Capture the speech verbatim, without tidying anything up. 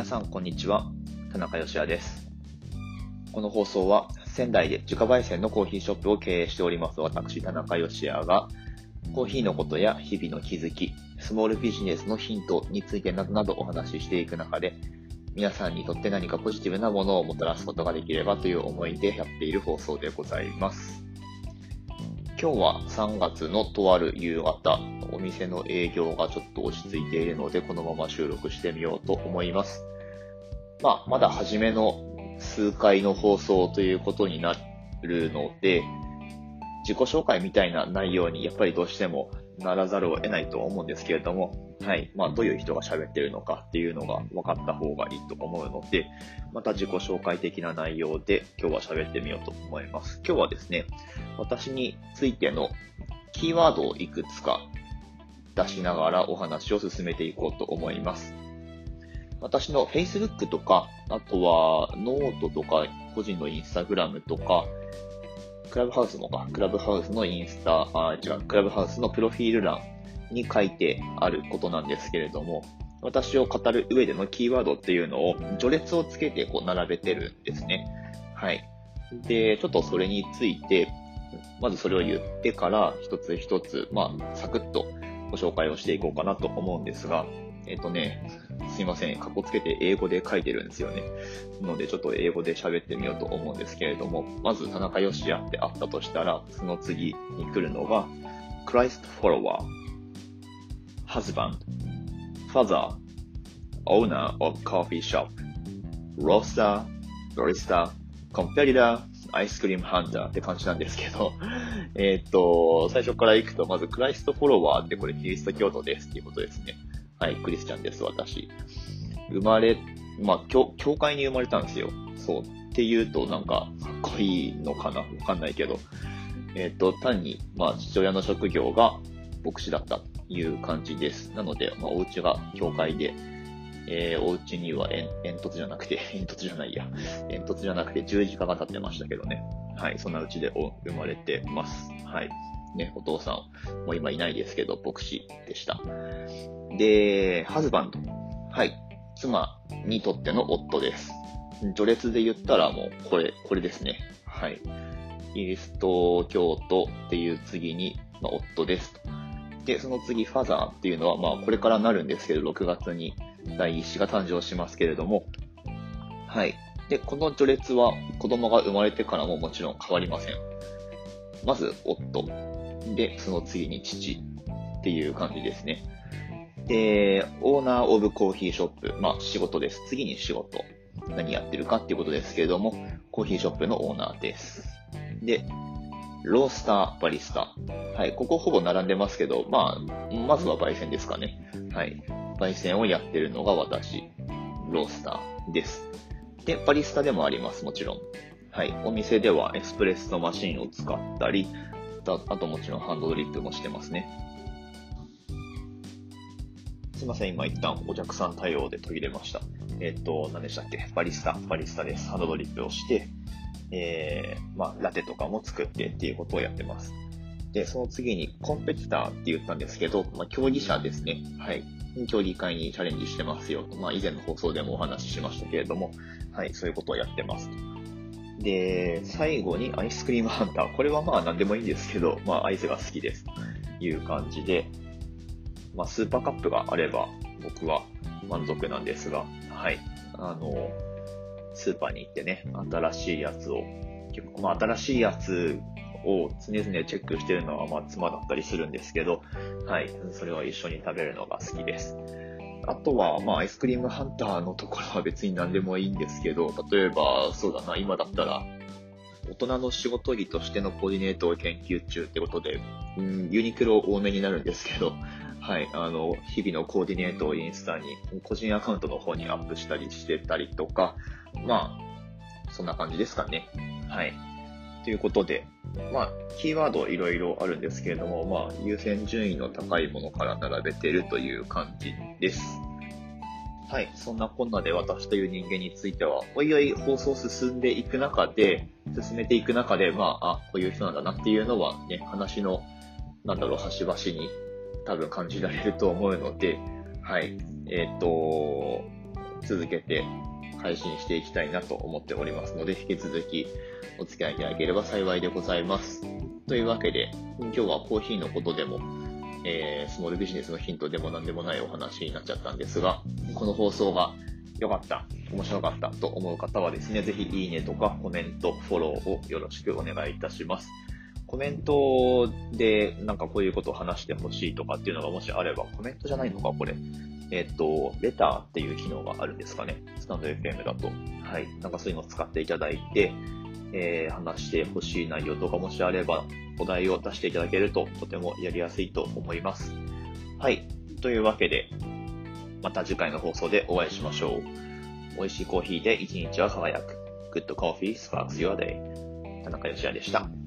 皆さんこんにちは、田中芳也です。この放送は仙台で自家焙煎のコーヒーショップを経営しております私田中芳也がコーヒーのことや日々の気づき、スモールビジネスのヒントについてなどなどお話ししていく中で、皆さんにとって何かポジティブなものをもたらすことができればという思いでやっている放送でございます。今日はさんがつのとある夕方、お店の営業がちょっと落ち着いているので、このまま収録してみようと思います。まあ、まだ初めの数回の放送ということになるので、自己紹介みたいな内容にやっぱりどうしてもならざるを得ないと思うんですけれども、はい。まあ、どういう人が喋ってるのかっていうのが分かった方がいいと思うので、また自己紹介的な内容で今日は喋ってみようと思います。今日はですね、私についてのキーワードをいくつか出しながらお話を進めていこうと思います。私の Facebook とか、あとはノートとか、個人の Instagram とか、クラブハウスもか、クラブハウスのインスタ、あ、違う、クラブハウスのプロフィール欄に書いてあることなんですけれども、私を語る上でのキーワードっていうのを序列をつけてこう並べてるんですね。はい。で、ちょっとそれについて、まずそれを言ってから一つ一つ、まあ、サクッとご紹介をしていこうかなと思うんですが、えっとね、すいません、カッコつけて英語で書いてるんですよね。なのでちょっと英語で喋ってみようと思うんですけれども、まず田中芳也ってあったとしたら、その次に来るのが、Christ follower, husband, father, owner of coffee shop, roaster, barista, competitor,アイスクリームハンターって感じなんですけど、えっと、最初から行くと、まずクライストフォロワーってこれキリスト教徒ですっていうことですね。はい、クリスチャンです、私。生まれ、まあ、教、教会に生まれたんですよ。そう。っていうと、なんか、かっこいいのかなわかんないけど。えっと、単に、まあ、父親の職業が牧師だったという感じです。なので、まあ、お家が教会で、えー、お家には煙突じゃなくて、煙突じゃないや。煙突じゃなくて十字架が立ってましたけどね。はい、そんな家で生まれてます。はい。ね、お父さんも今いないですけど、牧師でした。で、ハズバンド。はい。妻にとっての夫です。序列で言ったらもう、これ、これですね。はい。キリスト教徒っていう次に、まあ、夫ですと。で、その次、ファザーっていうのは、まあ、これからなるんですけど、ろくがつに第一子が誕生しますけれども、はい。で、この序列は子供が生まれてからももちろん変わりません。まず、夫。で、その次に父っていう感じですね。で、オーナーオブコーヒーショップ。まあ、仕事です。次に仕事。何やってるかっていうことですけれども、コーヒーショップのオーナーです。で、ロースター、バリスタ。はい、ここほぼ並んでますけど、まあ、まずは焙煎ですかね。はい。焙煎をやってるのが私、ロースターです。で、バリスタでもあります、もちろん。はい。お店ではエスプレッソマシンを使ったり、あともちろんハンドドリップもしてますね。すいません、今一旦お客さん対応で途切れました。えっと、何でしたっけ？バリスタ、バリスタです。ハンドドリップをして、えー、まあ、ラテとかも作ってっていうことをやってます。で、その次にコンペティターって言ったんですけど、まあ、競技者ですね。はい。競技会にチャレンジしてますよと。まあ、以前の放送でもお話ししましたけれども、はい、そういうことをやってます。で、最後にアイスクリームハンター。これはまあ何でもいいんですけど、まあ、アイスが好きですという感じで、まあ、スーパーカップがあれば僕は満足なんですが、はい。あの、スーパーに行ってね、新しいやつを、結構、まあ、新しいやつを常々チェックしてるのは、まあ、妻だったりするんですけど、はい。それは一緒に食べるのが好きです。あとは、まあ、アイスクリームハンターのところは別に何でもいいんですけど、例えば、そうだな、今だったら、大人の仕事着としてのコーディネートを研究中ってことで、うん、ユニクロ多めになるんですけど、はい、あの、日々のコーディネートをインスタに、個人アカウントの方にアップしたりしてたりとか、まあ、そんな感じですかね。はい。ということで、まあ、キーワードいろいろあるんですけれども、まあ、優先順位の高いものから並べているという感じです。はい。そんなこんなで私という人間については、おいおい放送進んでいく中で、進めていく中で、まあ、あ、こういう人なんだなっていうのはね、話の、なんだろう、端々に多分感じられると思うので、はい。えっと、 続けて配信していきたいなと思っておりますので、引き続きお付き合いいただければ幸いでございます。というわけで、今日はコーヒーのことでも、えー、スモールビジネスのヒントでも何でもないお話になっちゃったんですが、この放送が良かった、面白かったと思う方はですね、ぜひいいねとかコメント、フォローをよろしくお願いいたします。コメントでなんかこういうことを話してほしいとかっていうのがもしあれば、コメントじゃないのかこれ。えっと、レターっていう機能があるんですかね。スタンド エフエム だと。はい。なんかそういうのを使っていただいて、えー、話してほしい内容とかもしあれば、お題を出していただけるととてもやりやすいと思います。はい。というわけで、また次回の放送でお会いしましょう。美味しいコーヒーで一日は輝く。Good Coffee Sparks Your Day。田中芳也でした。